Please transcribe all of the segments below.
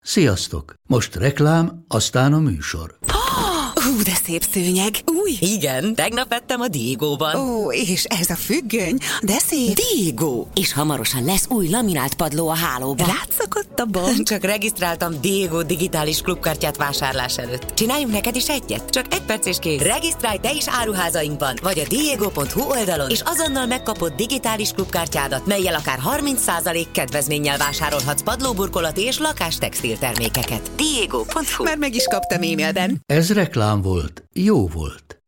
Sziasztok! Most reklám, aztán a műsor. Hú, de szép szőnyeg. Új? Igen, tegnap vettem a Diegóban. Ó, és ez a függöny, de szép. Diegó! És hamarosan lesz új laminált padló a hálóban. Rátszakadt a bank. Csak regisztráltam Diegó digitális klubkártyát vásárlás előtt. Csináljunk neked is egyet? Csak 1 perc és kész. Regisztrálj te is áruházainkban, vagy a diego.hu oldalon, és azonnal megkapod digitális klubkártyádat, mellyel akár 30% kedvezménnyel vásárolhatsz padlóburkolati és lakástextil termékeket. Diego.hu. Már meg is kaptam e-mailben. Ez reklám volt. Jó volt.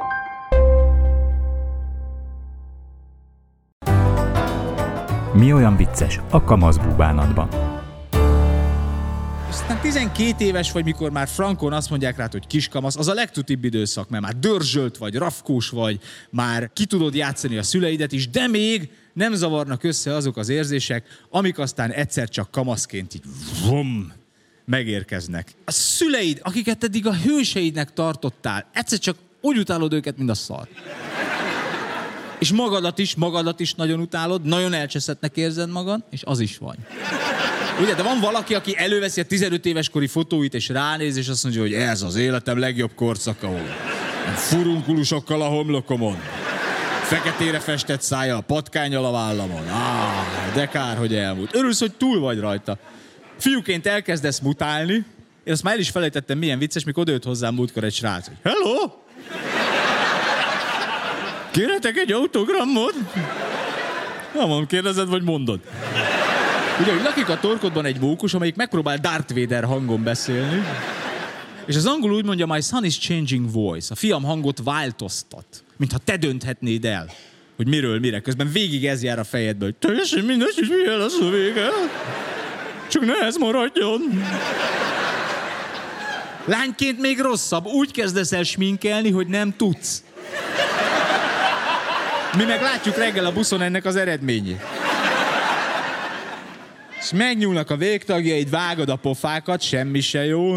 Mi olyan vicces a kamaszbúbánatban? Aztán 12 éves vagy, mikor már frankon azt mondják rád, hogy kiskamasz, az a legtutibb időszak, mert már dörzsölt vagy, rafkós vagy, már ki tudod játszani a szüleidet is, de még nem zavarnak össze azok az érzések, amik aztán egyszer csak kamaszként így megérkeznek. A szüleid, akiket eddig a hőseidnek tartottál, egyszer csak úgy utálod őket, mint a szar. És magadat is nagyon utálod, nagyon elcseszettnek érzed magad, és az is van. Ugye, de van valaki, aki előveszi a 15 éves kori fotóit, és ránéz, és azt mondja, hogy ez az életem legjobb korszaka volt. Furunkulusokkal a homlokomon. Feketére festett szájjal, patkánnyal a vállamon. De kár, hogy elmúlt. Örülsz, hogy túl vagy rajta. Fiúként elkezdesz mutálni. Én azt már el is felejtettem, milyen vicces, mikor odajött hozzám múltkor egy srác, hogy hello! Kérhetek egy autogramot? Nem mondom, kérdezed, vagy mondod? Ugye, hogy lakik a torkodban egy mókus, amelyik megpróbál Darth Vader hangon beszélni, és az angol úgy mondja, my son is changing voice. A fiam hangot változtat, mintha te dönthetnéd el, hogy miről mire. Közben végig ez jár a fejedbe, hogy teljesen mindegy, és milyen lesz a vége. Csak ne ez maradjon. Lányként még rosszabb, úgy kezdesz el sminkelni, hogy nem tudsz. Mi meg látjuk reggel a buszon ennek az eredményét. És megnyúlnak a végtagjaid, vágod a pofákat, semmi se jó.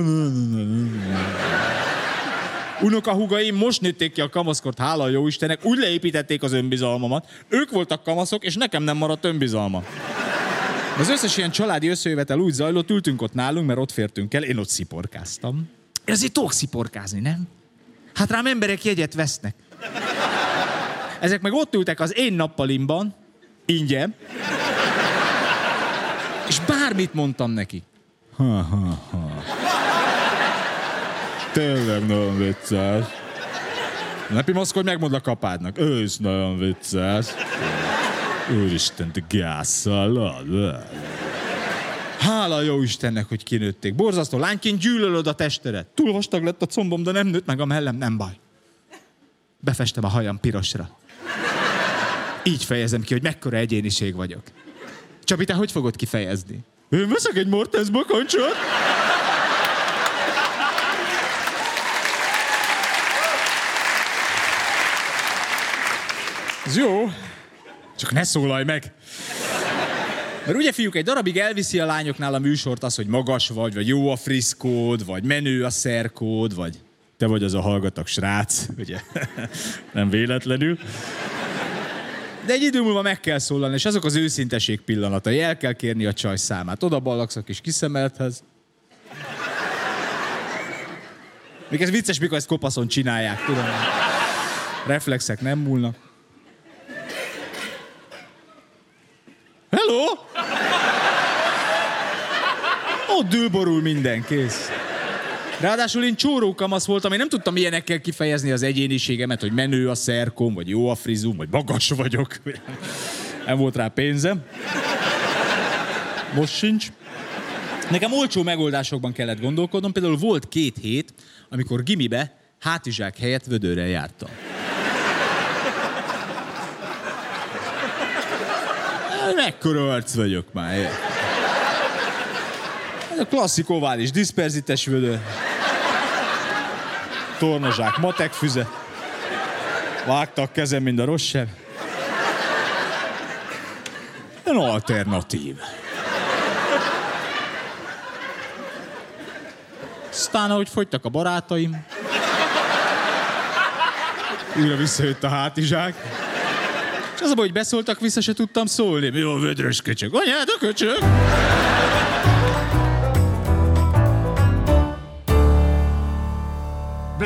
Unokahúgaim most nőtték ki a kamaszkort, hála a jóistennek, úgy leépítették az önbizalmamat. Ők voltak kamaszok, és nekem nem maradt önbizalma. Az összes ilyen családi összejövetel úgy zajlott, ültünk ott nálunk, mert ott fértünk el, én ott sziporkáztam. Én azért tudok sziporkázni, nem? Hát rám emberek jegyet vesznek. Ezek meg ott ültek az én nappalimban, ingyen, és bármit mondtam neki. Tényleg nagyon vicces. Nepi maszkodj, megmondd a kapádnak. Ő is nagyon vicces. Úristen, te gázzal. Hála jó Istennek, hogy kinőtték. Borzasztó, lányként gyűlölöd a testedet. Túl vastag lett a combom, de nem nőtt meg a mellem, nem baj. Befestem a hajam pirosra. Így fejezem ki, hogy mekkora egyéniség vagyok. Csabi, te hogy fogod kifejezni? Én veszek egy Mortens bakancsot. Ez jó, csak ne szólalj meg. Mert ugye, fiúk, egy darabig elviszi a lányoknál a műsort az, hogy magas vagy jó a friszkód, vagy menő a szerkód, vagy te vagy az a hallgatag srác, ugye? Nem véletlenül. De egy idő múlva meg kell szólalni, és azok az őszinteség pillanatai. El kell kérni a csaj számát. Oda ballagsz a kis kiszemelthez. Még ez vicces, mikor ezt kopaszon csinálják, tudom. Reflexek nem múlnak. Hello! Ott dülborul minden, kész. Ráadásul én csóró kamasz voltam, én nem tudtam ilyenekkel kifejezni az egyéniségemet, hogy menő a szerkom, vagy jó a frizum, vagy magas vagyok. Nem volt rá pénzem. Most sincs. Nekem olcsó megoldásokban kellett gondolkodnom, például volt 2 hét, amikor gimibe hátizsák helyett vödörrel jártam. Mekkora arc vagyok már. Ez a klasszik ovális, diszperzites vödör. Tornazsák, matek füze. Vágta a kezem, mint a Rocher. Egy alternatív. Aztán, ahogy fogytak a barátaim, újra visszajött a hátizsák. És az a baj, hogy beszóltak, vissza se tudtam szólni. Mi a vödrös köcsög? Anyád a köcsög!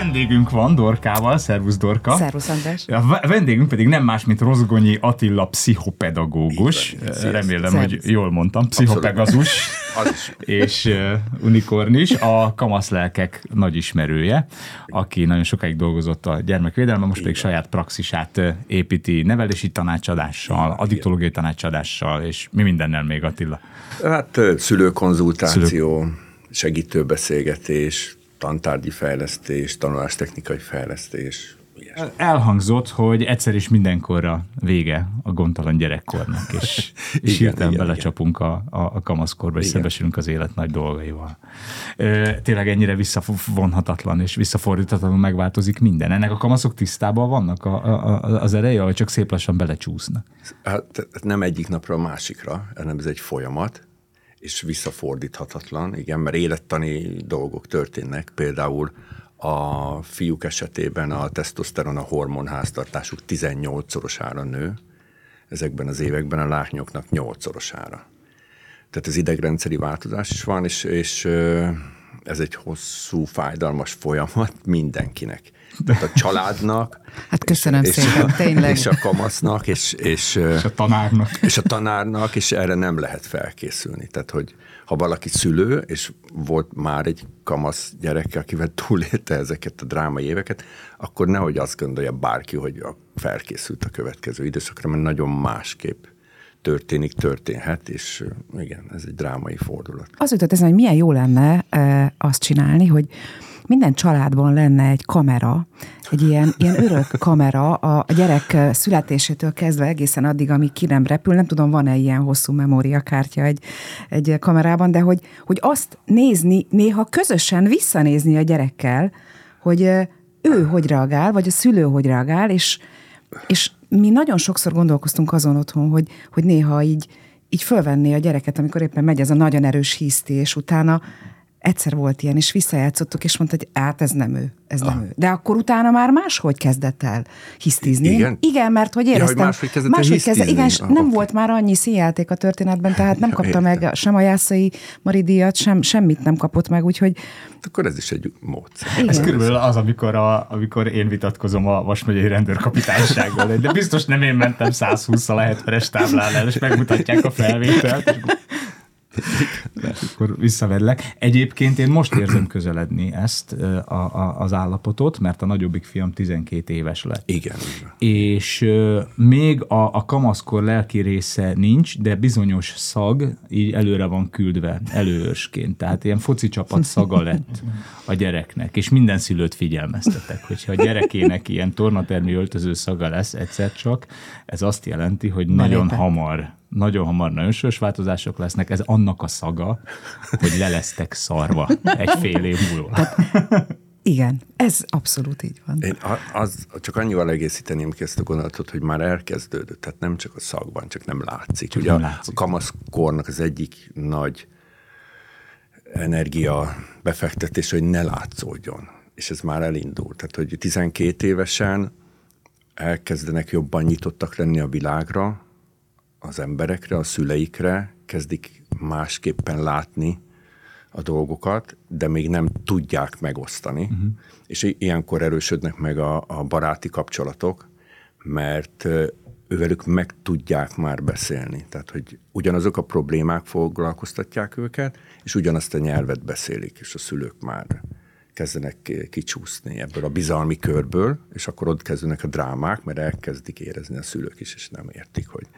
vendégünk van Dorkával, szervusz Dorka. Szervusz András. A vendégünk pedig nem más, mint Rozgonyi Attila pszichopedagógus. Remélem, hogy jól mondtam. Pszichopegazus és unikornis, a kamaszlelkek nagy ismerője, aki nagyon sokáig dolgozott a gyermekvédelemben, most pedig saját praxisát építi nevelési tanácsadással, addiktológiai tanácsadással, és mi mindennel még, Attila? Hát szülőkonzultáció, segítőbeszélgetés, tantárgyi fejlesztés, tanulástechnikai fejlesztés. Ilyesmi. Elhangzott, hogy egyszer is mindenkorra vége a gondtalan gyerekkornak, és hirtelen belecsapunk a kamaszkorba, és szembesülünk az élet nagy dolgaival. Tényleg ennyire visszavonhatatlan és visszafordíthatatlanul megváltozik minden. Ennek a kamaszok tisztában vannak az ereje, vagy csak szép lassan belecsúsznak? Hát nem egyik napra a másikra, hanem ez egy folyamat, és visszafordíthatatlan, igen, mert élettani dolgok történnek, például a fiúk esetében a tesztoszteron, a hormonháztartásuk 18-szorosára nő, ezekben az években a lányoknak 8-szorosára. Tehát az idegrendszeri változás is van, és ez egy hosszú, fájdalmas folyamat mindenkinek. Tehát a családnak, hát köszönöm szépen, tényleg. És a kamasznak, és a tanárnak. És a tanárnak, és erre nem lehet felkészülni. Tehát, hogy ha valaki szülő, és volt már egy kamasz gyereke, akivel túlélte ezeket a drámai éveket, akkor nehogy azt gondolja bárki, hogy felkészült a következő időszakra, mert nagyon másképp történhet, és igen, ez egy drámai fordulat. Az jutott ezen, hogy milyen jó lenne azt csinálni, hogy minden családban lenne egy kamera, egy ilyen örök kamera a gyerek születésétől kezdve egészen addig, amíg ki nem repül. Nem tudom, van-e ilyen hosszú memóriakártya egy kamerában, de hogy azt nézni, néha közösen visszanézni a gyerekkel, hogy ő hogy reagál, vagy a szülő hogy reagál, és mi nagyon sokszor gondolkoztunk azon otthon, hogy néha így fölvenné a gyereket, amikor éppen megy ez a nagyon erős hiszti, és utána egyszer volt ilyen, és visszajátszottuk, és mondta, hogy hát ez nem ő. De akkor utána már máshogy kezdett el hisztizni. Igen, mert hogy éreztem, máshogy kezdett. Igen, nem volt már annyi színjáték a történetben, tehát nem kapta meg sem a Jászai Mari díjat, semmit nem kapott meg, úgyhogy... Akkor ez is egy módszer. Igen. Ez körülbelül az, amikor én vitatkozom a Vas megyei rendőrkapitánysággal, de biztos nem én mentem 120-szal a 70-es táblán el, és megmutatják a felvételt, akkor visszavedlek. Egyébként én most érzem közeledni ezt az állapotot, mert a nagyobbik fiam 12 éves lett. Igen. És még a kamaszkor lelki része nincs, de bizonyos szag így előre van küldve, előőrsként. Tehát ilyen foci csapat szaga lett a gyereknek, és minden szülőt figyelmeztetek, hogyha a gyerekének ilyen tornatermi öltöző szaga lesz egyszer csak, ez azt jelenti, hogy nagyon hamar nagyon sős változások lesznek, ez annak a szaga, hogy le lesztek szarva egy fél év múlva. Igen, ez abszolút így van. Én csak annyival egészíteném ki ezt a gondolatot, hogy már elkezdődött, tehát nem csak a szagban, csak nem látszik. Ugye a kamaszkornak az egyik nagy energia befektetés, hogy ne látszódjon, és ez már elindult. Tehát, hogy 12 évesen elkezdenek jobban nyitottak lenni a világra, az emberekre, a szüleikre, kezdik másképpen látni a dolgokat, de még nem tudják megosztani. Uh-huh. És ilyenkor erősödnek meg a baráti kapcsolatok, mert ővelük meg tudják már beszélni. Tehát, hogy ugyanazok a problémák foglalkoztatják őket, és ugyanazt a nyelvet beszélik, és a szülők már kezdenek kicsúszni ebből a bizalmi körből, és akkor ott kezdenek a drámák, mert elkezdik érezni a szülők is, és nem értik, hogy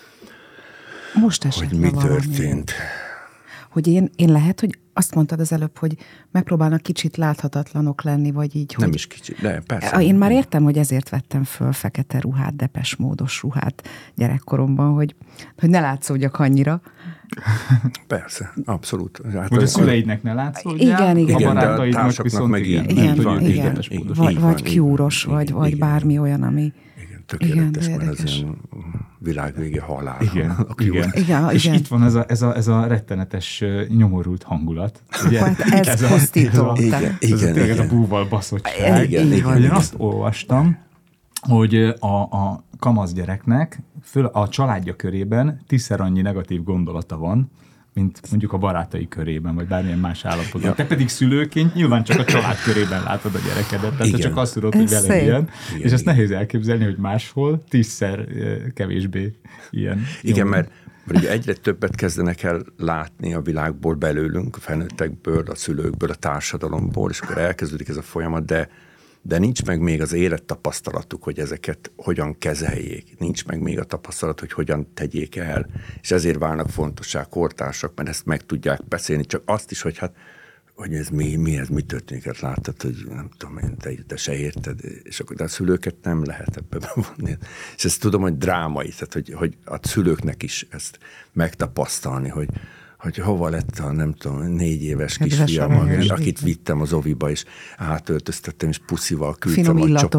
mi történt. Hogy én lehet, hogy azt mondtad az előbb, hogy megpróbálnak kicsit láthatatlanok lenni, vagy így. Nem hogy... is kicsit, de persze. Én már értem, hogy ezért vettem föl fekete ruhát, Depeche Módos ruhát gyerekkoromban, hogy ne látszódjak annyira. Persze, abszolút. Hát hogy a szüleidnek ne látszódjál, igen, a barátaidnak viszont meg igen. Vagy Cure-os, vagy bármi olyan, ami... Tökéletes, mert az ilyen világvége halál. Igen. És itt van ez a rettenetes nyomorult hangulat. Ugye? Hát ez pusztító. Ez a búval baszottság. Én azt olvastam, hogy a kamasz gyereknek a családja körében 10-szer annyi negatív gondolata van, mint mondjuk a barátai körében, vagy bármilyen más állapotban. Ja. Te pedig szülőként nyilván csak a család körében látod a gyerekedet, tehát te csak azt tudod, hogy vele ilyen, és ezt nehéz elképzelni, hogy máshol 10-szer kevésbé ilyen. Igen, mert ugye egyre többet kezdenek el látni a világból belőlünk, a felnőttekből, a szülőkből, a társadalomból, és akkor elkezdődik ez a folyamat, de nincs meg még az élettapasztalatuk, hogy ezeket hogyan kezeljék. Nincs meg még a tapasztalat, hogy hogyan tegyék el. És ezért válnak fontossá kortársak, mert ezt meg tudják beszélni. Csak azt is, hogy hát, hogy ez mi történik, hát láttad, hogy nem tudom én, te se érted, és akkor de a szülőket nem lehet ebbe bevonni. És ezt tudom, hogy drámai, tehát hogy a szülőknek is ezt megtapasztalni, hogy hova lett a, nem tudom, 4 éves kisfiam, akit vittem az oviba, és átöltöztettem, és puszival küldtem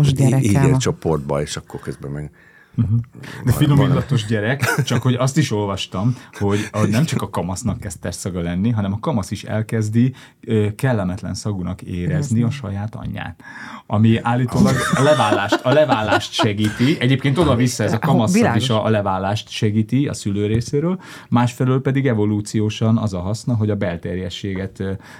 a csoportba, és akkor közben meg... De finom illatos gyerek, csak hogy azt is olvastam, hogy nem csak a kamasznak kezd testszaga lenni, hanem a kamasz is elkezdi kellemetlen szagúnak érezni a saját anyját. Ami állítólag a leválást segíti. Egyébként oda-vissza ez a kamasszag is a leválást segíti a szülő részéről, másfelől pedig evolúciósan az a haszna, hogy a belterjességet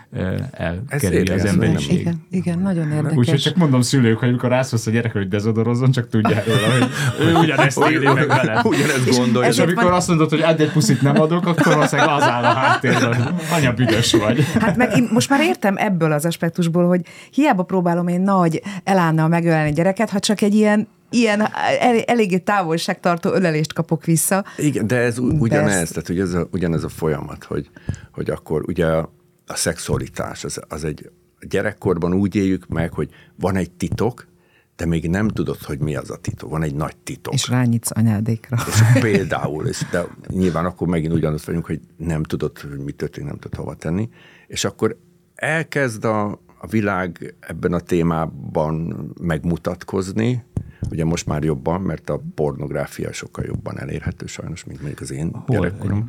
elkerüli az emberiség. Igen, nagyon érdekes. Úgyhogy csak mondom szülők, hogy amikor rászólsz a gyerekre, hogy dezodorozzon, csak tudják róla, hogy ő ugyanezt éli meg veled. Ugyanezt gondolja. És amikor azt mondod, hogy egy puszit nem adok, akkor valószínűleg az áll a háttérben, anya büdös vagy. Hát meg én most már értem ebből az aspektusból, hogy hiába próbálom én nagy elánnal megölelni gyereket, ha csak egy ilyen eléggé távolságtartó ölelést kapok vissza. Igen, de ez ugyanez, tehát hogy ugyanez a folyamat, hogy akkor ugye a szexualitás, az egy gyerekkorban úgy éljük meg, hogy van egy titok, de még nem tudod, hogy mi az a titok. Van egy nagy titok. És rányitsz anyádékra. És például, de nyilván akkor megint ugyanott vagyunk, hogy nem tudod, hogy mi történik, nem tudod hova tenni. És akkor elkezd a világ ebben a témában megmutatkozni, ugye most már jobban, mert a pornográfia sokkal jobban elérhető sajnos, mint mondjuk az én gyerekkorom.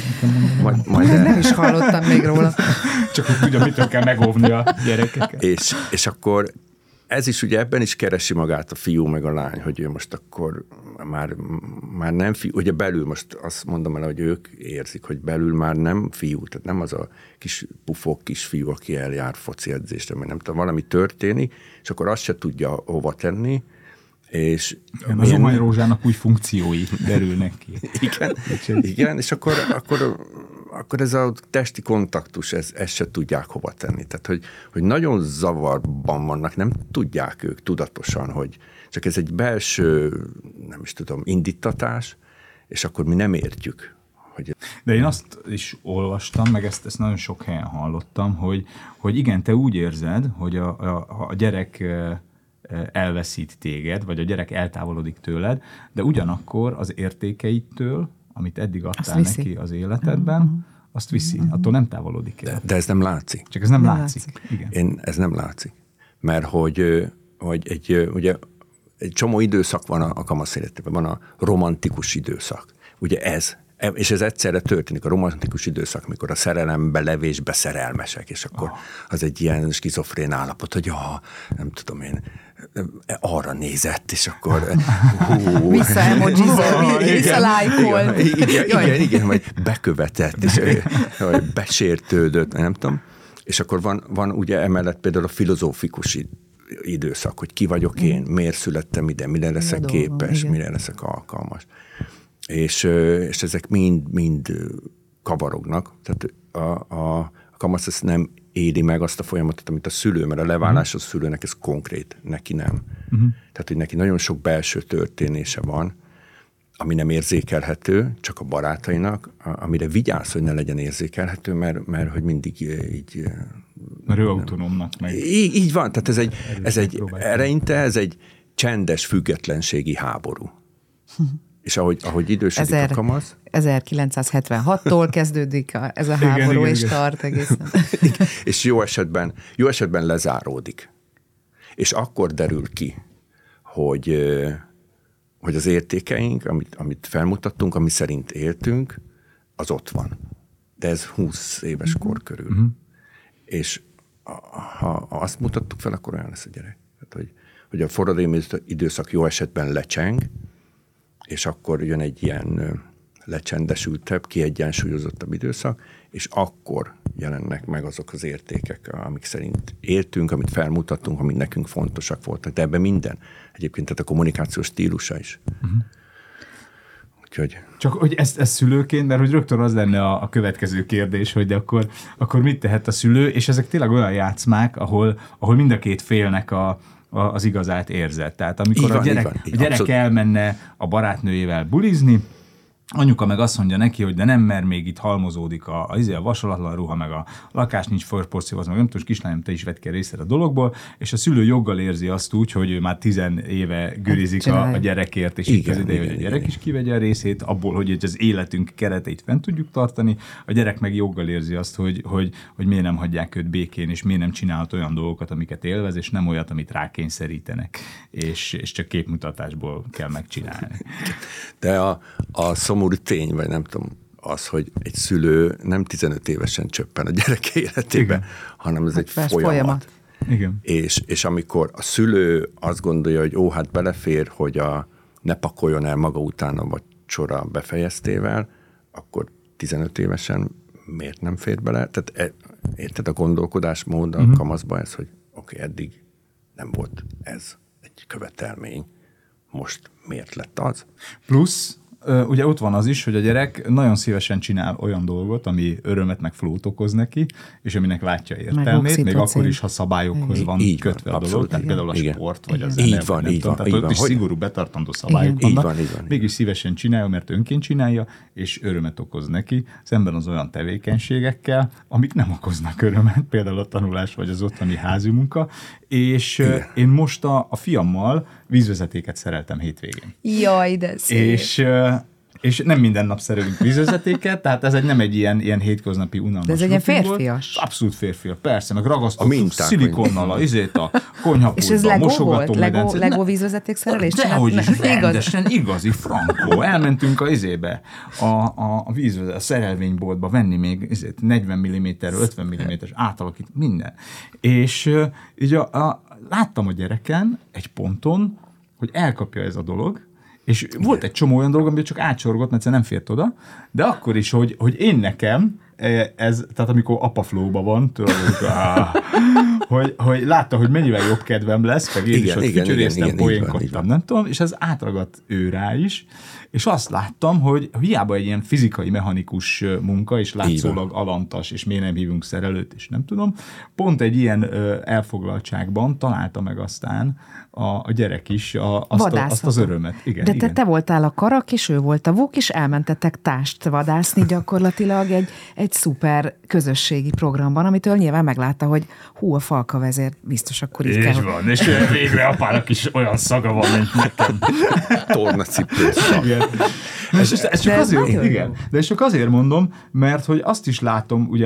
Nem is hallottam még róla. Csak hogy tudja, mitől kell megóvni a gyerekeket. És akkor ez is ugye ebben is keresi magát a fiú meg a lány, hogy ő most akkor már nem fiú, ugye belül most azt mondom el, hogy ők érzik, hogy belül már nem fiú, tehát nem az a kis pufok kisfiú, aki eljár foci edzésre, mert nem tudom, valami történik, és akkor azt se tudja hova tenni, és az ományrózsának új funkciói derülnek ki. Igen, és akkor ez a testi kontaktus, ezt se tudják hova tenni. Tehát, hogy nagyon zavarban vannak, nem tudják ők tudatosan, hogy csak ez egy belső, nem is tudom, indítatás, és akkor mi nem értjük. De én azt is olvastam, meg ezt nagyon sok helyen hallottam, hogy igen, te úgy érzed, hogy a gyerek elveszít téged, vagy a gyerek eltávolodik tőled, de ugyanakkor az értékeitől, amit eddig adtál neki az életedben, azt viszi. Attól nem távolodik el. De ez nem látszik. Csak ez nem látszik. Igen. Ez nem látszik. Mert hogy ugye egy csomó időszak van a kamasz életében. Van a romantikus időszak. Ugye és ez egyszerre történik, a romantikus időszak, mikor a szerelembe levésbe szerelmesek, és akkor az egy ilyen skizofrén állapot, hogy nem tudom én, arra nézett, és akkor visszalájkolt. Igen, vagy bekövetett, és vagy besértődött, nem tudom. És akkor van ugye emellett például a filozófikus időszak, hogy ki vagyok én, miért születtem ide, mire leszek képes, mire leszek alkalmas. És ezek mind kavarognak. Tehát a kamasz ezt nem éli meg azt a folyamatot, amit a szülő, mert a leválás a szülőnek ez konkrét, neki nem. Tehát, hogy neki nagyon sok belső történése van, ami nem érzékelhető, csak a barátainak, amire vigyáz, hogy ne legyen érzékelhető, mert hogy mindig így... Mert ő autonómnak meg. Így van, tehát eleinte ez egy csendes függetlenségi háború. És ahogy idősödik a kamasz... 1976-tól kezdődik ez a háború, és tart egészen. És jó esetben lezáródik. És akkor derül ki, hogy az értékeink, amit felmutattunk, ami szerint éltünk, az ott van. De ez 20 éves kor körül. És ha azt mutattuk fel, akkor olyan lesz a gyerek. Tehát, hogy a forradalmi időszak jó esetben lecseng, és akkor jön egy ilyen lecsendesültebb, kiegyensúlyozottabb időszak, és akkor jelennek meg azok az értékek, amik szerint éltünk, amit felmutattunk, amik nekünk fontosak voltak. De ebben minden. Egyébként tehát a kommunikációs stílusa is. Úgyhogy... Csak hogy ezt szülőként, mert hogy rögtön az lenne a következő kérdés, hogy akkor mit tehet a szülő, és ezek tényleg olyan játszmák, ahol mind a két félnek az igazát érzett. Tehát amikor a gyerek elmenne a barátnőjével bulizni, anyuka meg azt mondja neki, hogy de nem, mert még itt halmozódik a vasalatlan ruha, meg a lakás nincs forporcióhoz, meg nem tudom, kislányom, te is vedd ki a részed a dologból, és a szülő joggal érzi azt úgy, hogy ő már 10 éve gürizik a gyerekért, és itt az ideje, hogy a gyerek is kivegye a részét, abból, hogy az életünk kereteit fent tudjuk tartani, a gyerek meg joggal érzi azt, hogy miért nem hagyják őt békén, és miért nem csinálhat olyan dolgokat, amiket élvez, és nem olyat, amit rákényszerítenek, és csak képmutatásból kell megcsinálni. De a szomorú tény, vagy nem tudom, az, hogy egy szülő nem 15 évesen csöppen a gyerek életébe, igen, hanem ez egy folyamat. Igen. És amikor a szülő azt gondolja, hogy hát belefér, hogy ne pakoljon el maga után a vacsora befejeztével, akkor 15 évesen miért nem fér bele? Tehát érted a gondolkodásmód a kamaszba ez, hogy oké, eddig nem volt ez egy követelmény, most miért lett az? Plusz ugye ott van az is, hogy a gyerek nagyon szívesen csinál olyan dolgot, ami örömet meg flót okoz neki, és aminek látja értelmét, még akkor is, ha szabályokhoz van kötve a dolog, tehát például a sport, vagy az zene, tehát ott is szigorú betartandó szabályok vannak, mégis szívesen csinálja, mert önként csinálja, és örömet okoz neki, szemben az olyan tevékenységekkel, amik nem okoznak örömet, például a tanulás, vagy az ottani házi munka, és én most a fiammal vízvezetéket szereltem hétvégén. Jaj, de szép. És nem minden nap szerelünk vízvezetéket, tehát ez nem egy ilyen hétköznapi unalmas. De ez egy ilyen férfias. Abszolút férfias, persze, meg ragasztottuk szilikonnal a konyhapultba, és ez Lego volt? Lego vízvezeték szerelés? Dehogy is, rendesen igazi frankó. Elmentünk a vízvezeték, a szerelvényboltba venni még 40 mm, 50 mm-es átalakít, minden. És így láttam a gyereken egy ponton, hogy elkapja ez a dolog, és volt egy csomó olyan dolog, amit csak átsorgott, mert nem fért oda, de akkor is, hogy én nekem, tehát amikor apaflóban van, tudod, hogy látta, hogy mennyivel jobb kedvem lesz, meg én is ott fütyöréztem, poénkodtam, nem tudom, és ez átragadt ő rá is, és azt láttam, hogy hiába egy ilyen fizikai, mechanikus munka, és látszólag alantas, és miért nem hívunk szerelőt, és nem tudom, pont egy ilyen elfoglaltságban találta meg aztán a gyerek is azt az örömet. Igen, de igen. Te voltál a karak, és ő volt a vók, és elmentetek tást vadászni gyakorlatilag egy szuper közösségi programban, amitől nyilván meglátta, hogy a falka vezér biztos akkor így kell. Így van, és végre apának is olyan szaga van, mint nekem. Tornacipős szag. Igen. Ez csak azért, igen. De ezt csak azért mondom, mert hogy azt is látom ugye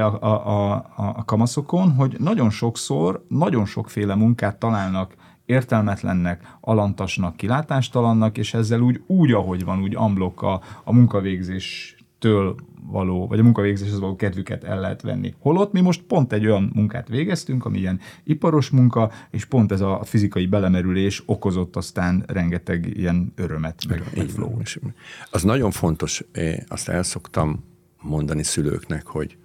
a kamaszokon, hogy nagyon sokszor, nagyon sokféle munkát találnak értelmetlennek, alantasnak, kilátástalannak, és ezzel úgy ahogy van, úgy amblok a munkavégzéstől való, vagy a munkavégzéshez való kedvüket el lehet venni. Holott mi most pont egy olyan munkát végeztünk, ami ilyen iparos munka, és pont ez a fizikai belemerülés okozott aztán rengeteg ilyen örömet, meg flow. Az nagyon fontos, azt el szoktam mondani szülőknek, hogy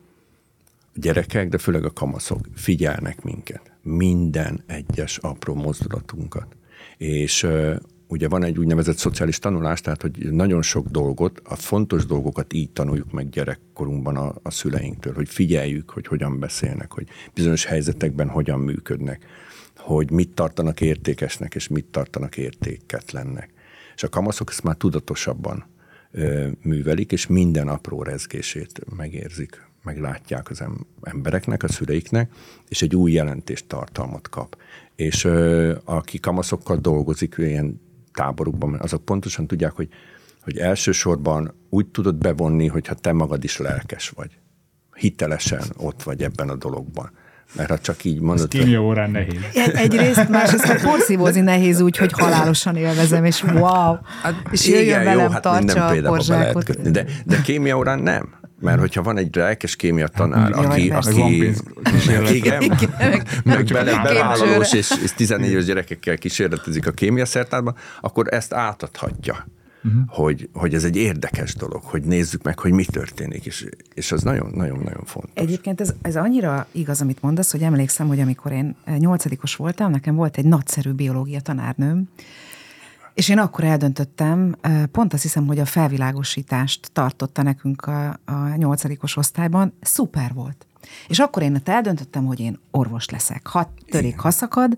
a gyerekek, de főleg a kamaszok figyelnek minket. Minden egyes apró mozdulatunkat. És ugye van egy úgynevezett szociális tanulás, tehát hogy nagyon sok dolgot, a fontos dolgokat így tanuljuk meg gyerekkorunkban a szüleinktől, hogy figyeljük, hogy hogyan beszélnek, hogy bizonyos helyzetekben hogyan működnek, hogy mit tartanak értékesnek, és mit tartanak értéketlennek. És a kamaszok ezt már tudatosabban művelik, és minden apró rezgését megérzik, meglátják az embereknek, a szüleiknek, és egy új jelentéstartalmat kap. És aki kamaszokkal dolgozik ilyen táborukban, azok pontosan tudják, hogy elsősorban úgy tudod bevonni, hogyha te magad is lelkes vagy. Hitelesen ott vagy ebben a dologban. Mert ha csak így mondod... Ez kémia órán nehéz. Egyrészt, másrészt porszívózni nehéz úgy, hogy halálosan élvezem, és wow! És jöjjön velem, tartsa a porzsákot. De kémia órán nem. Mert hogyha van egy lelkes kémia tanár, aki meg bevállalós, és 14 éves gyerekekkel kísérletezik a kémia szertárban, akkor ezt átadhatja. hogy ez egy érdekes dolog, hogy nézzük meg, hogy mi történik, és az nagyon-nagyon fontos. Egyébként ez annyira igaz, amit mondasz, hogy emlékszem, hogy amikor én 8-os voltam, nekem volt egy nagyszerű biológia tanárnőm, és én akkor eldöntöttem, pont azt hiszem, hogy a felvilágosítást tartotta nekünk a 8-os osztályban, szuper volt. És akkor én eldöntöttem, hogy én orvos leszek. Ha törik, ha szakad.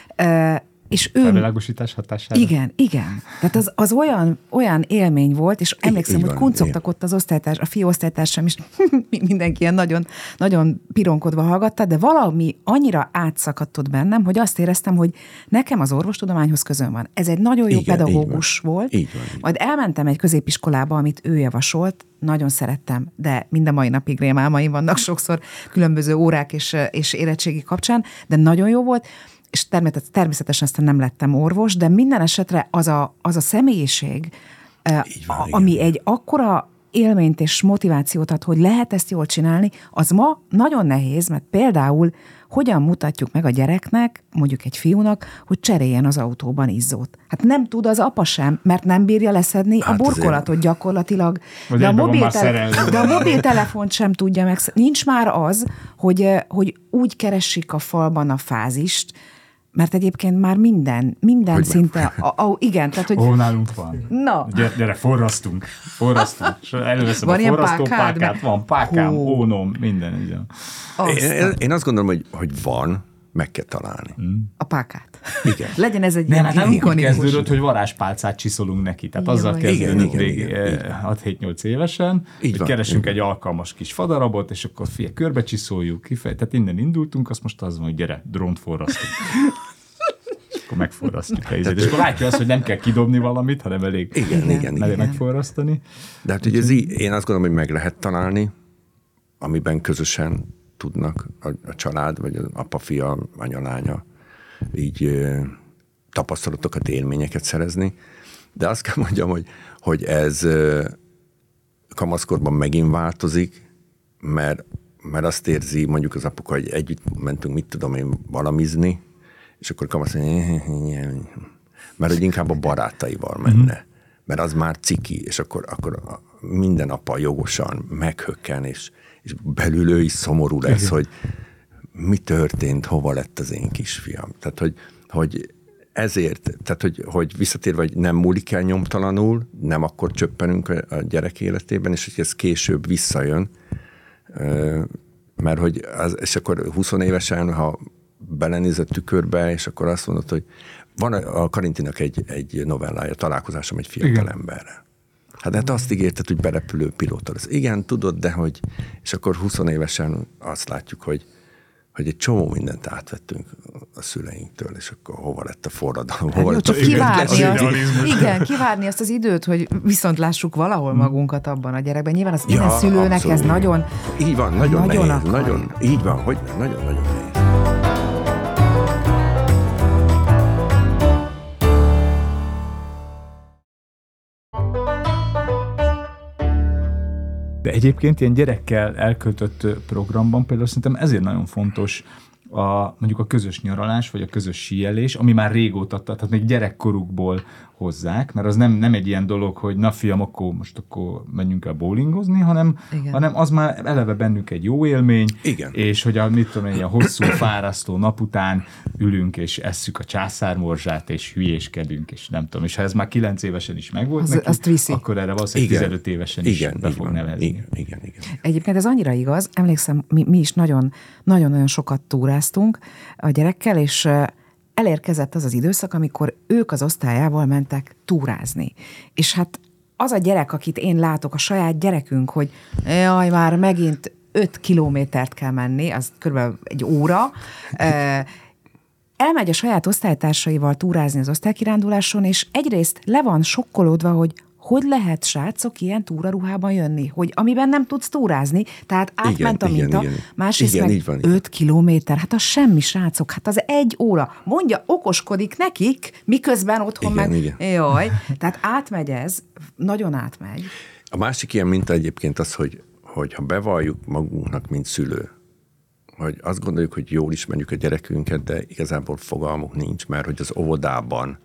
És ő... Felvilágosítás hatására? Igen. Tehát az olyan élmény volt, és emlékszem, hogy kuncogtak ott az osztálytárs, a fiú osztálytársam is, mindenki ilyen nagyon, nagyon pironkodva hallgatta, de valami annyira átszakadt bennem, hogy azt éreztem, hogy nekem az orvostudományhoz közön van. Ez egy nagyon jó pedagógus volt. Így van. Majd elmentem egy középiskolába, amit ő javasolt, nagyon szerettem, de mind a mai napig rémálmaim vannak sokszor különböző órák és érettségi kapcsán, de nagyon jó volt, és természetesen aztán nem lettem orvos, de minden esetre az a személyiség, ami egy akkora élményt és motivációt ad, hogy lehet ezt jól csinálni, az ma nagyon nehéz, mert például hogyan mutatjuk meg a gyereknek, mondjuk egy fiúnak, hogy cseréljen az autóban izzót. Hát nem tud az apa sem, mert nem bírja leszedni a burkolatot gyakorlatilag. De a mobiltelefont sem tudja meg. Nincs már az, hogy úgy keresik a falban a fázist, mert egyébként már minden szinte... igen, tehát, hogy... nálunk van. Na. Gyere, forrasztunk. És előveszem a forrasztópákát, van pákám, ónom, minden. Igen. Én azt gondolom, hogy van, meg kell találni. A pákát. Igen. Legyen ez egy nem úgy ikonikus. Kezdődött, hogy varázspálcát csiszolunk neki. Tehát azzal kezdődött 6-7-8 évesen, hogy keresünk egy alkalmas kis fadarabot, és akkor körbe csiszoljuk, tehát innen indultunk, azt most az van, hogy gyere, drónt forrasztunk. És akkor megforrasztjuk a helyzetet. És akkor látja azt, hogy nem kell kidobni valamit, hanem elég megforrasztani. De hát ugye én azt gondolom, hogy meg lehet találni, amiben közösen tudnak a család, vagy az apa, fia, anya, lánya így tapasztalatokat, élményeket szerezni. De azt kell mondjam, hogy ez kamaszkorban megint változik, mert azt érzi mondjuk az apuka, hogy együtt mentünk, mit tudom én, valamizni, és akkor kamasz mondja, mert hogy inkább a barátaival menne. Mert az már ciki, és akkor minden apa jogosan meghökken, és belül ő is szomorú lesz, hogy mi történt, hova lett az én kisfiam. Tehát, hogy ezért, tehát, hogy visszatérve, hogy nem múlik el nyomtalanul, nem akkor csöppenünk a gyerek életében, és hogy ez később visszajön, mert hogy és akkor 20 évesen, ha belenéz a tükörbe, és akkor azt mondod, hogy van a Karintinak egy novellája, Találkozásom egy fiatal emberrel. Hát azt ígérted, hogy berepülő pilóta lesz. Igen, tudod, de hogy... És akkor 20 évesen azt látjuk, hogy egy csomó mindent átvettünk a szüleinktől, és akkor hova lett a forradalom, hova lett a kivárni azt az időt, hogy viszont lássuk valahol magunkat abban a gyerekben. Nyilván az minden szülőnek abszolút. Ez nagyon... Így van, nagyon nehéz. Így van, hogy nagyon-nagyon nehéz. De egyébként ilyen gyerekkel elköltött programban például szerintem ezért nagyon fontos mondjuk a közös nyaralás, vagy a közös síelés, ami már régóta, tehát még gyerekkorukból hozzák, mert az nem egy ilyen dolog, hogy na fiam, akkor menjünk el bowlingozni, hanem az már eleve bennünk egy jó élmény, igen. És hogy a hosszú, fárasztó nap után ülünk, és esszük a császármorzsát, és hülyéskedünk, és nem tudom, és ha ez már 9 évesen is megvolt neki, akkor erre valószínűleg 15 évesen is be fog nevezni. Igen. Egyébként ez annyira igaz, emlékszem, mi is nagyon-nagyon sokat túráztunk a gyerekkel, és elérkezett az időszak, amikor ők az osztályával mentek túrázni. És hát az a gyerek, akit én látok, a saját gyerekünk, hogy jaj, már megint 5 kilométert kell menni, az körülbelül egy óra, elmegy a saját osztálytársaival túrázni az osztálykiránduláson, és egyrészt le van sokkolódva, hogy lehet, srácok, ilyen túraruhában jönni, hogy amiben nem tudsz túrázni, tehát átment a minta, másrészt meg 5 kilométer, hát az semmi, srácok, hát az 1 óra. Mondja, okoskodik nekik, miközben otthon Jaj, tehát átmegy ez, nagyon átmegy. A másik ilyen minta egyébként az, hogy ha bevalljuk magunknak, mint szülő, hogy azt gondoljuk, hogy jól ismerjük a gyerekünket, de igazából fogalmuk nincs, mert hogy az óvodában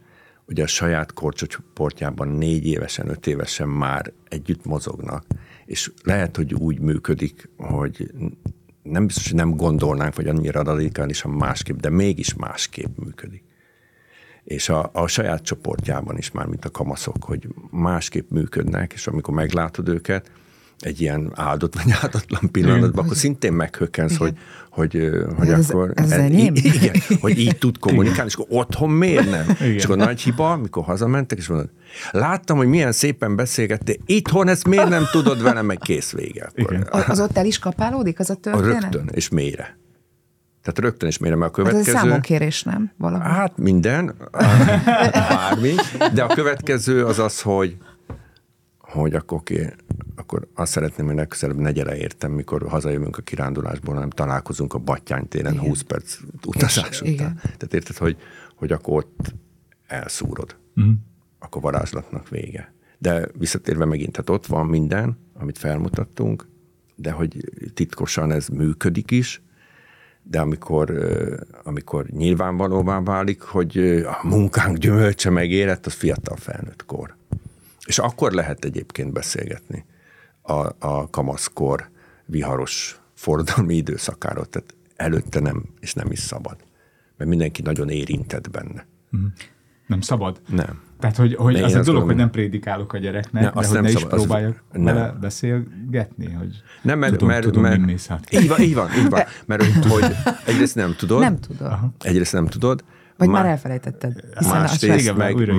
ugye a saját korcsoportjában 4 évesen, 5 évesen már együtt mozognak, és lehet, hogy úgy működik, hogy nem biztos, hogy nem gondolnánk, vagy annyira radikálisan másképp, de mégis másképp működik. És a saját csoportjában is már, mint a kamaszok, hogy másképp működnek, és amikor meglátod őket, egy ilyen áldott vagy áldatlan pillanatban, akkor szintén meghökkensz, hogy akkor... Ez enyém? Igen, hogy így tud kommunikálni, és akkor otthon miért nem? Igen. És akkor nagy hiba, amikor hazamentek, és mondod, láttam, hogy milyen szépen beszélgettél, itthon ezt miért nem tudod velem, meg kész vége. Az ott el is kapálódik, az a történet? Rögtön, és mélyre. Tehát rögtön is mélyre, mert a következő... Ez számonkérés, nem? Valami. Hát minden, bármi, de a következő az, hogy akkor akkor azt szeretném, hogy legközelebb ne gyere értem, mikor hazajövünk a kirándulásból, hanem találkozunk a Battyány téren 20 perc utazás után. Igen. Tehát érted, hogy akkor ott elszúrod. Akkor varázslatnak vége. De visszatérve megint, tehát ott van minden, amit felmutattunk, de hogy titkosan ez működik is, de amikor nyilvánvalóvá válik, hogy a munkánk gyümölcse megérett, az fiatal felnőtt kor. És akkor lehet egyébként beszélgetni a kamaszkor viharos forradalmi időszakáról. Tehát előtte nem, és nem is szabad. Mert mindenki nagyon érintett benne. Nem szabad? Nem. Tehát, hogy az a dolog, hogy nem prédikálok a gyereknek, de hogy ne is próbáljak vele beszélgetni, hogy nem, mert mész át. Így van. Mert hogy egyrészt nem tudod. Nem tudod. Egyrészt nem tudod. Vagy már elfelejtetted. Másrészt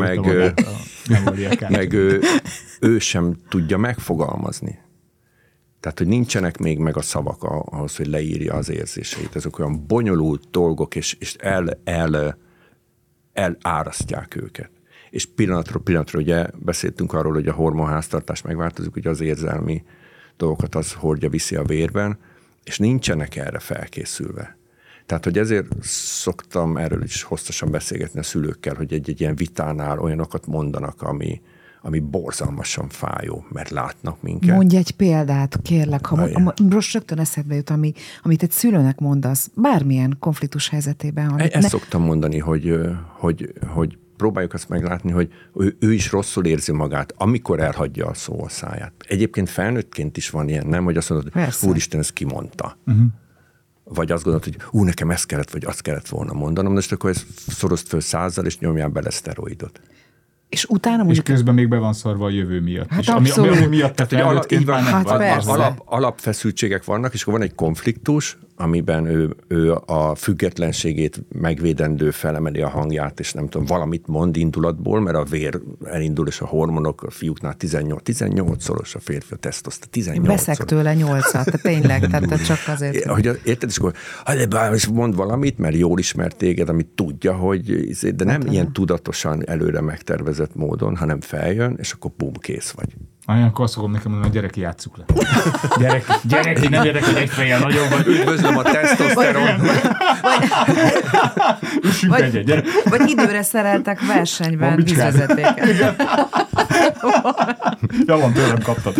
meg ő sem tudja megfogalmazni. Tehát, hogy nincsenek még meg a szavak ahhoz, hogy leírja az érzéseit. Ezek olyan bonyolult dolgok, és elárasztják őket. És pillanatról pillanatra ugye beszéltünk arról, hogy a hormonháztartás megváltozik, ugye az érzelmi dolgokat az hordja, viszi a vérben, és nincsenek erre felkészülve. Tehát, hogy ezért szoktam erről is hosszasan beszélgetni a szülőkkel, hogy egy ilyen vitánál olyanokat mondanak, ami borzalmasan fájó, mert látnak minket. Mondj egy példát, kérlek, most rögtön eszedbe jut, amit egy szülőnek mondasz, bármilyen konfliktus helyzetében. Ezt szoktam mondani, hogy próbáljuk azt meglátni, hogy ő is rosszul érzi magát, amikor elhagyja a szó a száját. Egyébként felnőttként is van ilyen, nem, hogy azt mondod, hogy úristen, ezt kimondta. Vagy azt gondolod, hogy nekem ezt kellett, vagy azt kellett volna mondanom, de akkor ezt szorozd föl 100-zal, és nyomjál bele szteroidot. És utána mondjuk... És közben még be van szarva a jövő miatt. Hát és ami miatt te felnőttként már nem alapfeszültségek vannak, és akkor van egy konfliktus, amiben ő a függetlenségét megvédendő felemeli a hangját, és nem tudom, valamit mond indulatból, mert a vér elindul, és a hormonok a fiúknál 18-szoros, a férfi a tesztoszta 18-szoros. Veszek tőle 8-at, tehát tényleg, tehát csak azért. Érted, és akkor mond valamit, mert jól ismert téged, amit tudja, hogy de nem ilyen tudatosan előre megtervezett módon, hanem feljön, és akkor bum, kész vagy. Akkor azt fogom nekem mondani, hogy gyerek, játsszuk le. Gyerek, nem gyerek, hogy egy fejjel nagyobb vagy. Üdvözlöm a tesztoszteron. Üssünk egyet, gyerek. Vagy időre szereltek versenyben vízvezetéket. Ja, van, tőlem kaptad.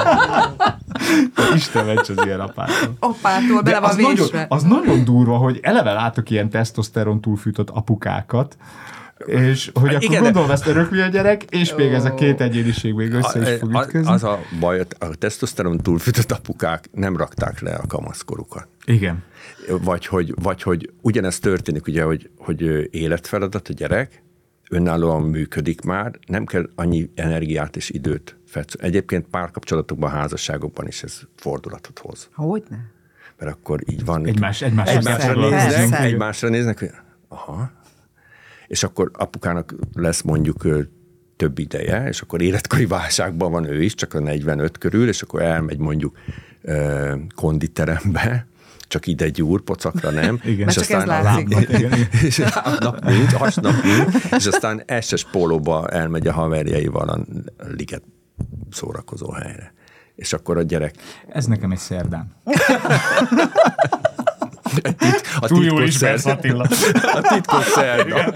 Isten ments az ilyen apától. Apától, bele van vésve. Az nagyon durva, hogy eleve látok ilyen tesztoszteron túlfűtött apukákat, és hogy akkor gondolom, ezt örökli a gyerek, és még ez a két egyéniség még össze is fog ütközni. Az a baj, a tesztoszteron túlfűtött apukák nem rakták le a kamaszkorukat. Igen. Vagy hogy ugyanezt történik, ugye, hogy életfeladat a gyerek, önállóan működik már, nem kell annyi energiát és időt felszólni. Egyébként párkapcsolatokban, házasságokban is ez fordulatot hoz. Hogyne? Mert akkor így van. Egymásra néznek, hogy aha. És akkor apukának lesz mondjuk több ideje, és akkor életkori válságban van ő is, csak a 45 körül, és akkor elmegy mondjuk konditerembe, csak ide gyúr, pocakra nem. Igen. És aztán hasnap és aztán SS pólóba elmegy a haverjaival a liget szórakozó helyre. És akkor a gyerek... Ez nekem egy szerdán. A titkos szerda.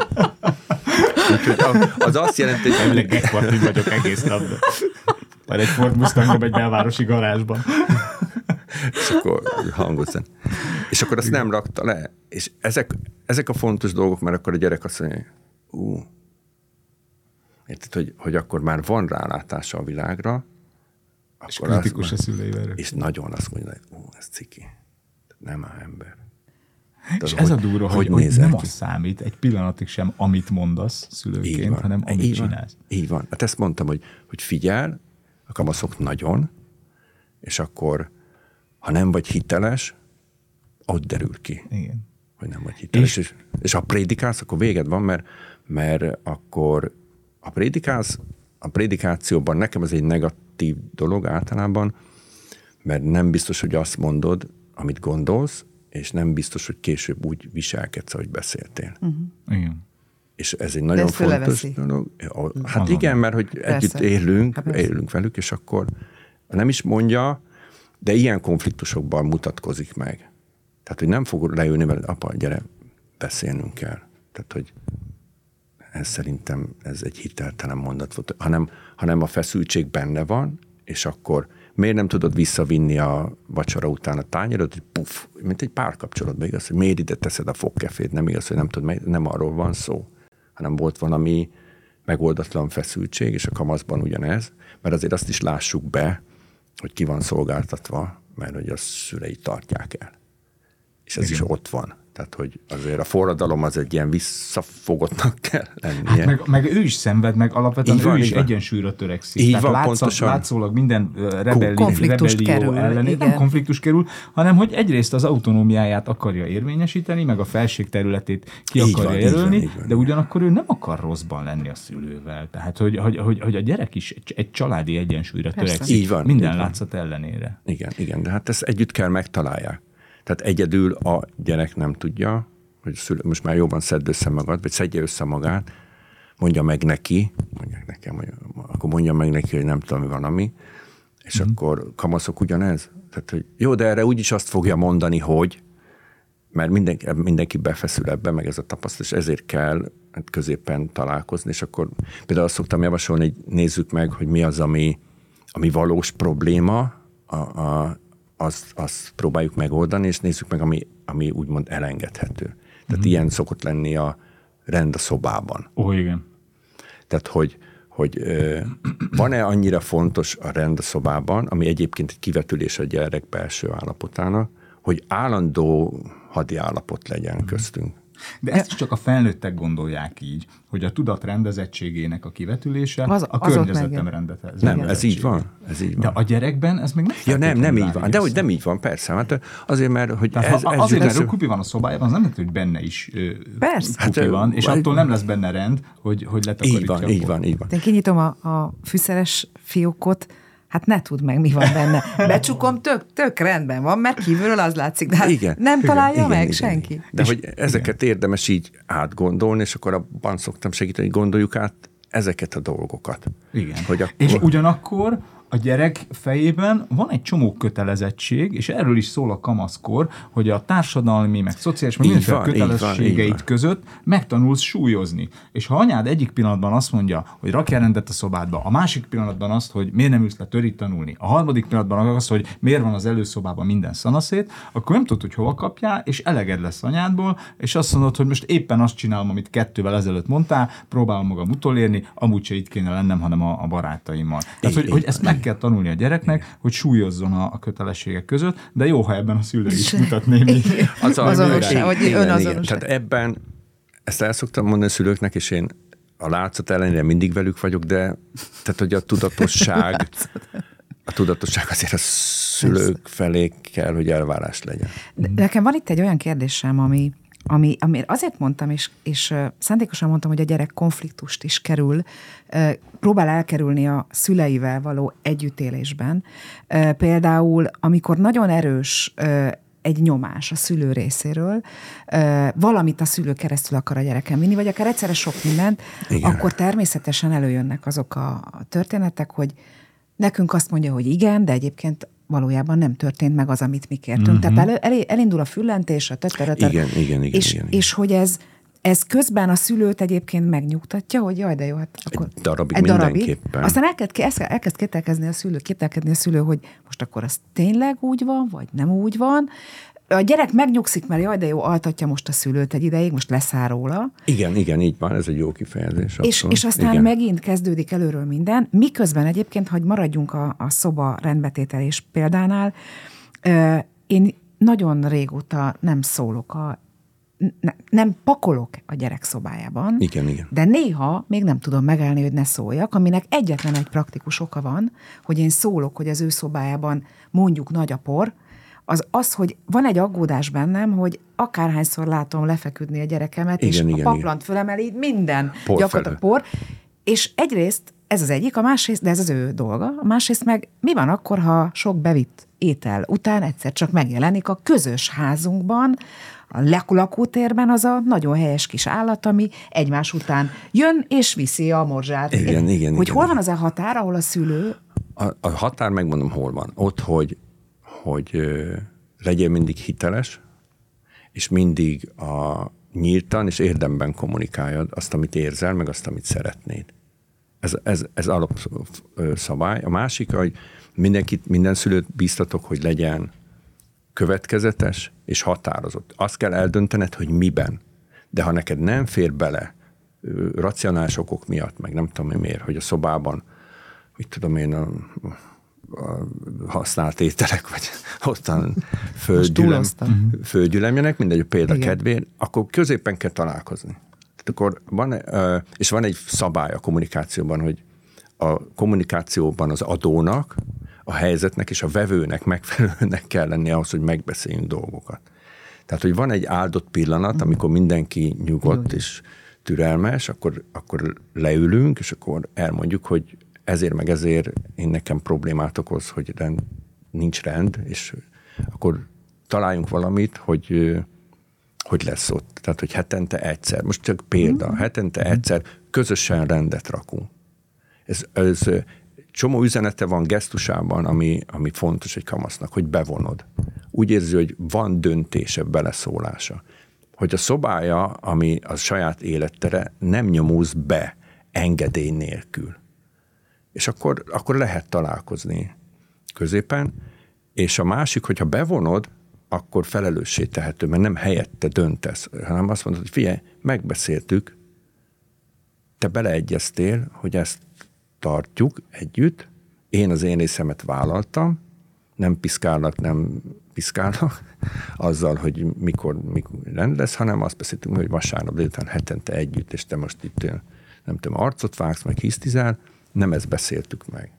Az azt jelenti, hogy... Elvileg megpartin vagyok egész nap. Már egy Ford Mustangom egy belvárosi garázsban. És akkor hangosan. És akkor azt nem rakta le. És ezek a fontos dolgok, mert akkor a gyerek azt mondja, Érted, hogy akkor már van rálátása a világra, És kritikus a szüleivel. És nagyon azt mondja, hogy ez ciki. Nem áll ember. És ez a durva, hogy nem az számít egy pillanatig sem, amit mondasz szülőként, hanem amit csinálsz. Így van. Hát ezt mondtam, hogy figyel, a kamaszok nagyon, és akkor, ha nem vagy hiteles, ott derül ki. Igen. Hogy nem vagy hiteles. És ha prédikálsz, akkor véged van, mert akkor a prédikációban nekem ez egy negatív dolog általában, mert nem biztos, hogy azt mondod, amit gondolsz, és nem biztos, hogy később úgy viselkedsz, ahogy beszéltél. Igen. És ez egy nagyon fontos dolog. Hát igen, mert hogy együtt élünk velük, és akkor nem is mondja, de ilyen konfliktusokban mutatkozik meg. Tehát, hogy nem fog leülni vele, apa, gyere, beszélnünk kell. Tehát, hogy ez szerintem ez egy hiteltelen mondat volt, hanem a feszültség benne van, és akkor miért nem tudod visszavinni a vacsora után a tányérod, hogy puff, mint egy párkapcsolatban, igaz, hogy miért ide teszed a fogkefét, nem igaz, hogy nem tudod, nem arról van szó, hanem volt valami megoldatlan feszültség, és a kamaszban ugyanez, mert azért azt is lássuk be, hogy ki van szolgáltatva, mert hogy a szülei tartják el. És ez is ott van. Tehát, hogy azért a forradalom az egy ilyen visszafogottnak kell lennie. Hát meg ő is szenved, meg alapvetően ő is egyensúlyra törekszik. Így tehát van, pontosan. Látszólag minden rebellió elleni nem konfliktus kerül, hanem hogy egyrészt az autonómiáját akarja érvényesíteni, meg a felség területét ki akarja jelölni, de ugyanakkor ő nem akar rosszban lenni a szülővel. Tehát, hogy a gyerek is egy családi egyensúlyra törekszik minden látszat ellenére. Igen, de hát ezt együtt kell megtalálják. Tehát egyedül a gyerek nem tudja, hogy most már jobban szedd össze magad, vagy szedje össze magát, mondja meg neki, mondják nekem, akkor mondja meg neki, hogy nem tudom, mi van, ami, és akkor kamaszok ugyanez. Tehát, hogy jó, de erre úgyis azt fogja mondani, hogy, mert mindenki befeszül ebbe, meg ez a tapasztalat, és ezért kell középen találkozni, és akkor például azt szoktam javasolni, hogy nézzük meg, hogy mi az, ami valós probléma, azt próbáljuk megoldani, és nézzük meg, ami úgymond elengedhető. Tehát ilyen szokott lenni a rend a szobában. Igen. Tehát, hogy van-e annyira fontos a rend a szobában, ami egyébként egy kivetülés a gyerek belső állapotának, hogy állandó hadi állapot legyen köztünk. De ezt is csak a felnőttek gondolják így, hogy a tudat rendezettségének a kivetülése a környezetem rendezettség. Nem, ez így van. De a gyerekben ez még nem nem így van. De hogy nem így van, persze. Hát azért, mert hogy azért, mert kupi van a szobájában, az nem jelenti, hogy benne is kupi van, és attól nem lesz benne rend, hogy letakarítja. Így van. Én kinyitom a fűszeres fiókot, hát ne tudd meg, mi van benne. Becsukom, tök rendben van, mert kívülről az látszik, de hát nem találja meg senki. De hogy ezeket érdemes így átgondolni, és akkor abban szoktam segíteni, hogy gondoljuk át ezeket a dolgokat. Igen. És ugyanakkor a gyerek fejében van egy csomó kötelezettség, és erről is szól a kamaszkor, hogy a társadalmi, meg szociális, meg mindenféle kötelességeid között megtanulsz súlyozni. És ha anyád egyik pillanatban azt mondja, hogy rakjál rendet a szobádba, a másik pillanatban azt, hogy miért nem ülsz le törít tanulni, a harmadik pillanatban azt, hogy miért van az előszobában minden szanaszét, akkor nem tudod, hogy hova kapjál, és eleged lesz anyádból, és azt mondod, hogy most éppen azt csinálom, amit 2 ezelőtt mondtál, próbálom magam utolérni, amúgy se itt kéne lennem, hanem a barátaimmal. Tehát, hogy ezt meg kell tanulni a gyereknek, hogy súlyozzon a kötelességek között, de jó, ha ebben a szülő is mutat némi azonosság, hogy önazonosság. Tehát ebben, ezt el szoktam mondani a szülőknek, és én a látszat ellenére mindig velük vagyok, de tehát, hogy a tudatosság azért a szülők felé kell, hogy elvárás legyen. De nekem van itt egy olyan kérdésem, amit azért mondtam, és szándékosan mondtam, hogy a gyerek konfliktust is próbál elkerülni a szüleivel való együttélésben. Például, amikor nagyon erős egy nyomás a szülő részéről, valamit a szülő keresztül akar a gyereken vinni, vagy akár egyszerre sok mindent, akkor természetesen előjönnek azok a történetek, hogy nekünk azt mondja, hogy igen, de egyébként valójában nem történt meg az, amit mi kértünk. Tehát elindul a füllentés, Igen. És hogy ez közben a szülőt egyébként megnyugtatja, hogy jaj, de jó, hát akkor egy darabig mindenképpen. Aztán elkezd kételkedni a szülő, hogy most akkor az tényleg úgy van, vagy nem úgy van. a gyerek megnyugszik, mert jaj, de jó, altatja most a szülőt egy ideig, most leszáll róla. Igen, így van, ez egy jó kifejezés. És aztán igen. Megint kezdődik előről minden, miközben egyébként, hogy maradjunk a szoba rendbetételés példánál, én nagyon régóta nem szólok nem pakolok a gyerek szobájában, igen. De néha még nem tudom megállni, hogy ne szóljak, aminek egyetlen egy praktikus oka van, hogy én szólok, hogy az ő szobájában mondjuk nagy a por, az, hogy van egy aggódás bennem, hogy akárhányszor látom lefeküdni a gyerekemet, és a paplant fölemeli, minden gyakorlatilag por, és egyrészt ez az egyik, a másrészt, de ez az ő dolga, a másrészt meg mi van akkor, ha sok bevitt étel után egyszer csak megjelenik a közös házunkban, a lakótérben az a nagyon helyes kis állat, ami egymás után jön és viszi a morzsát. Igen. Hogy hol van az a határ, ahol a szülő... A határ, megmondom, hol van. Ott, hogy legyél mindig hiteles, és mindig nyíltan és érdemben kommunikáljad azt, amit érzel, meg azt, amit szeretnéd. Ez alapszabály. A másik, hogy minden szülőt bíztatok, hogy legyen következetes és határozott. Azt kell eldöntened, hogy miben. De ha neked nem fér bele racionális okok miatt, meg nem tudom miért, hogy a szobában, mit tudom én, a használt ételek, vagy ottan földgyülemjenek, mindegy, példa kedvéért, akkor középen kell találkozni. Tehát akkor van egy szabály a kommunikációban, hogy a kommunikációban az adónak, a helyzetnek és a vevőnek megfelelőnek kell lenni ahhoz, hogy megbeszéljünk dolgokat. Tehát, hogy van egy áldott pillanat, amikor mindenki nyugodt és türelmes, akkor leülünk, és akkor elmondjuk, hogy ezért meg ezért én nekem problémát okoz, hogy nincs rend, és akkor találjunk valamit, hogy lesz ott. Tehát, hogy hetente egyszer. Most csak példa. Hetente egyszer közösen rendet rakunk. Ez csomó üzenete van gesztusában, ami fontos egy kamasznak, hogy bevonod. Úgy érzi, hogy van döntése, beleszólása. Hogy a szobája, ami a saját élettere, nem nyomulsz be engedély nélkül. És akkor lehet találkozni középen, és a másik, hogyha bevonod, akkor felelőssé tehető, mert nem helyette döntesz, hanem azt mondod, hogy figyelj, megbeszéltük, te beleegyeztél, hogy ezt tartjuk együtt, én az én részemet vállaltam, nem piszkálnak azzal, hogy mikor rend lesz, hanem azt beszéltünk, hogy vasárnap délután hetente együtt, és te most itt, nem tudom, arcot vágsz, meg hisztizál, nem ezt beszéltük meg.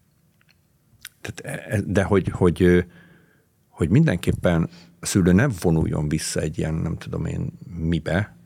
Tehát, de hogy mindenképpen a szülő nem vonuljon vissza egy ilyen, nem tudom én, mibe,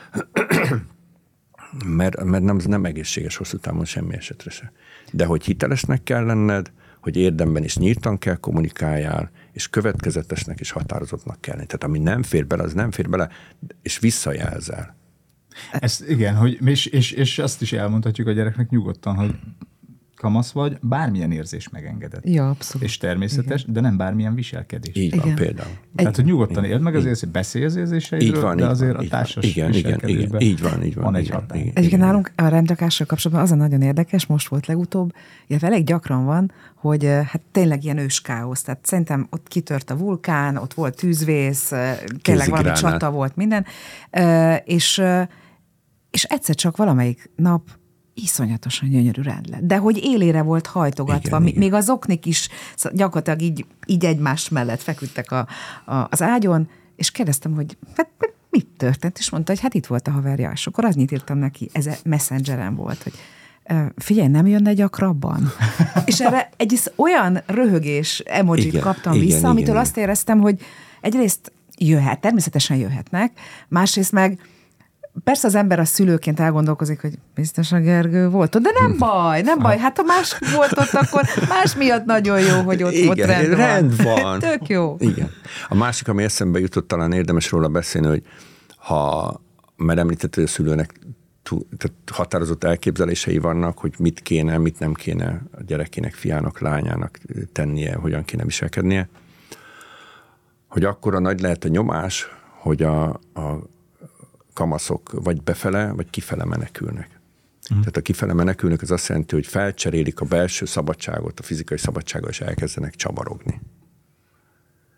mert nem egészséges hosszú távon semmi esetre se. De hogy hitelesnek kell lenned, hogy érdemben is nyíltan kell kommunikáljál, és következetesnek és határozottnak kell lenni. Tehát ami nem fér bele, az nem fér bele, és visszajelzel. Igen, és azt is elmondhatjuk a gyereknek nyugodtan, hogy kamasz vagy, bármilyen érzés megengedett. Ja, abszolút. És természetes, igen. De nem bármilyen viselkedés. Így van, például. Tehát, hogy nyugodtan éld meg az érzést, beszélj az érzéseidről, de azért a társas viselkedésben így van egy határ. Egyébként nálunk a rendrakással kapcsolatban az a nagyon érdekes, most volt legutóbb, illetve elég gyakran van, hogy hát tényleg ilyen őskáosz. Tehát szerintem ott kitört a vulkán, ott volt tűzvész, tényleg valami csata volt, minden. És egyszer csak valamelyik nap iszonyatosan gyönyörű rend lett. De hogy élére volt hajtogatva, igen. Még az oknik is gyakorlatilag így egymás mellett feküdtek az ágyon, és kérdeztem, hogy hát mit történt? És mondta, hogy hát itt volt a haverja, és akkor annyit írtam neki, ez a Messengeren volt, hogy figyelj, nem jönne gyakrabban? És erre egy olyan röhögés emojit kaptam vissza, amitől azt éreztem, hogy egyrészt természetesen jöhetnek, másrészt meg persze az ember a szülőként elgondolkozik, hogy biztos a Gergő volt ott, de nem baj, hát ha más volt ott, akkor más miatt nagyon jó, hogy ott rend van. Tök jó. Igen. A másik, ami eszembe jutott, talán érdemes róla beszélni, hogy mert említett, hogy a szülőnek tehát határozott elképzelései vannak, hogy mit kéne, mit nem kéne a gyerekének, fiának, lányának tennie, hogyan kéne viselkednie, hogy akkora nagy lehet a nyomás, hogy a kamaszok vagy befele, vagy kifele menekülnek. Tehát a kifele menekülnek, az azt jelenti, hogy felcserélik a belső szabadságot, a fizikai szabadságot, és elkezdenek csavarogni.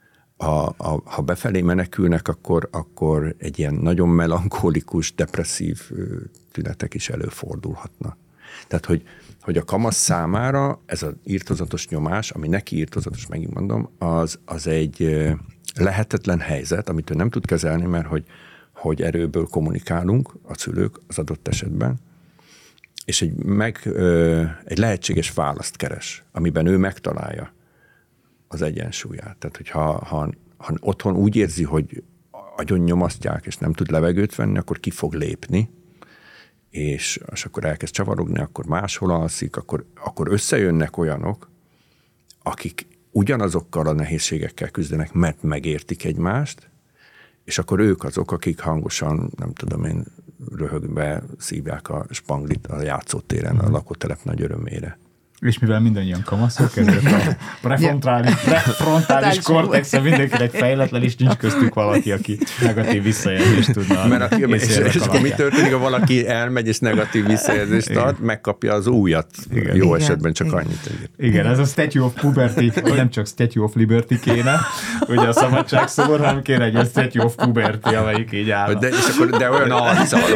ha befelé menekülnek, akkor egy ilyen nagyon melankolikus, depresszív tünetek is előfordulhatnak. Tehát, hogy a kamasz számára ez az irtózatos nyomás, ami neki irtózatos, megint mondom, az egy lehetetlen helyzet, amit ő nem tud kezelni, mert hogy erőből kommunikálunk a szülők az adott esetben, és egy lehetséges választ keres, amiben ő megtalálja az egyensúlyát. Tehát, hogyha otthon úgy érzi, hogy agyon nyomasztják, és nem tud levegőt venni, akkor ki fog lépni, és akkor elkezd csavarogni, akkor máshol alszik, akkor összejönnek olyanok, akik ugyanazokkal a nehézségekkel küzdenek, mert megértik egymást, és akkor ők azok, akik hangosan, nem tudom én, röhögve szívják a spanglit a játszótéren a lakótelep nagy örömére. És mivel mindannyian kamaszok, ezért a prefrontális kortexe mindenkinek fejletlen, és nincs köztük valaki, aki negatív visszajelzést tudna. Mert és akkor mi történik, ha valaki elmegy, és negatív visszajelzést ad, megkapja az újat. Igen. Jó esetben csak annyit. Igen, ez a Statue of Puberty, nem csak Statue of Liberty kéne, ugye a szabadságszobor, hanem kéne egy Statue of Puberty, amelyik így áll. De olyan arccal.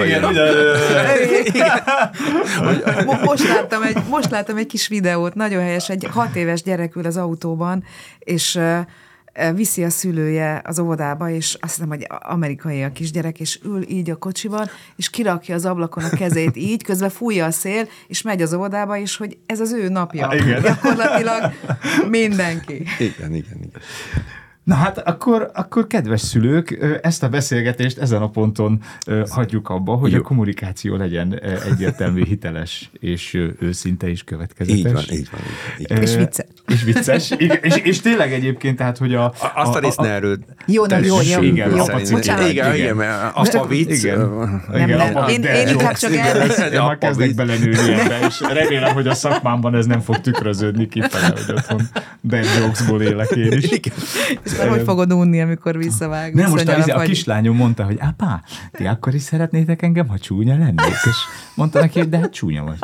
Most láttam egy kis videót, nagyon helyes, egy 6 éves gyerek ül az autóban, és viszi a szülője az óvodába, és azt hiszem, hogy amerikai a kisgyerek, és ül így a kocsiban, és kirakja az ablakon a kezét így, közben fújja a szél, és megy az óvodába, és hogy ez az ő napja. Igen. Gyakorlatilag mindenki. Igen. Na hát akkor kedves szülők, ezt a beszélgetést ezen a ponton hagyjuk abba, hogy a kommunikáció legyen egyértelmű, hiteles és őszinte és következetes. Így van. És vicces. És vicces. És tényleg egyébként, tehát, hogy azt a részt ne erőd. Jó. Igen, igen, apa vicc. Én inkább csak elmegyek. Én már kezdek belenőni ebbe, és remélem, hogy a szakmámban ez nem fog tükröződni kifele, hogy otthon bad jokesból élek én is. Mert hogy fogod unni, amikor visszavág? Nem, most a kislányom mondta, hogy apá, ti akkor is szeretnétek engem, ha csúnya lennék? És mondta neki, hogy de hát csúnya vagy.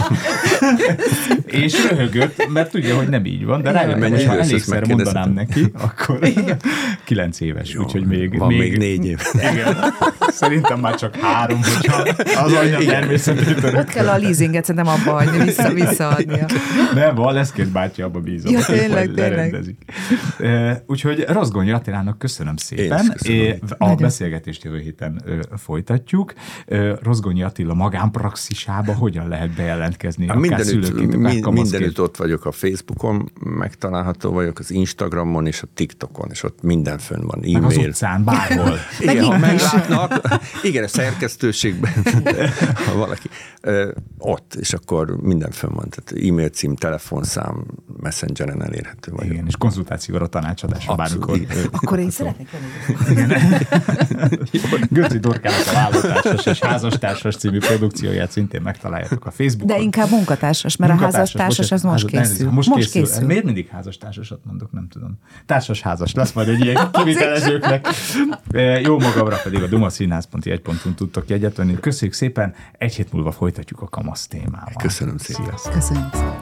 És röhögött, mert tudja, hogy nem így van, de rájöttem, hogy ha elégszer mondanám neki, akkor 9 éves, úgyhogy még... Van még 4 év. Igen. Szerintem már csak 3, hogyha az anyja természetét. Ott kell a leasinget szerintem abba hagyni, visszaadnia. Nem, van, Leszkét bátyja, abba bízom. Ja, tényleg. Úgyhogy Rozgonyi Attilának köszönöm szépen. A beszélgetést jövő héten folytatjuk. Rozgonyi Attila magánpraxisába hogyan lehet bejelentkezni? Mindenütt ott vagyok a Facebookon, megtalálható vagyok az Instagramon és a TikTokon, és ott minden fönn van. E-mail. Meg az utcán, bárhol. Igen, ha meglátnak, igen, a szerkesztőségben, ha valaki ott, és akkor minden fönn van. Tehát e-mail cím, telefonszám, Messengeren elérhető vagyok. Igen, és konzultációra, tanácsadásra bármikor. Akkor én szeretnék lenni. Götzi Dorkának a Vállótársas és Házastársas című produkcióját szintén megtaláljátok a Facebookon. De inkább munkatársas, mert a házastársas az most készül. Most készül. Miért mindig házastársasat mondok, nem tudom. Társas-házas lesz majd egy ilyen kivitelezőknek. Jó magamra pedig a dumaszínház.jegy.hu tudtok jegyet venni. Köszönjük szépen, 1 hét múlva folytatjuk a kamasz témával. Köszönöm szépen. Köszönjük szépen.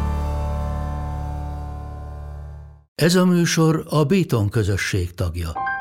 Ez a műsor a Béton közösség tagja.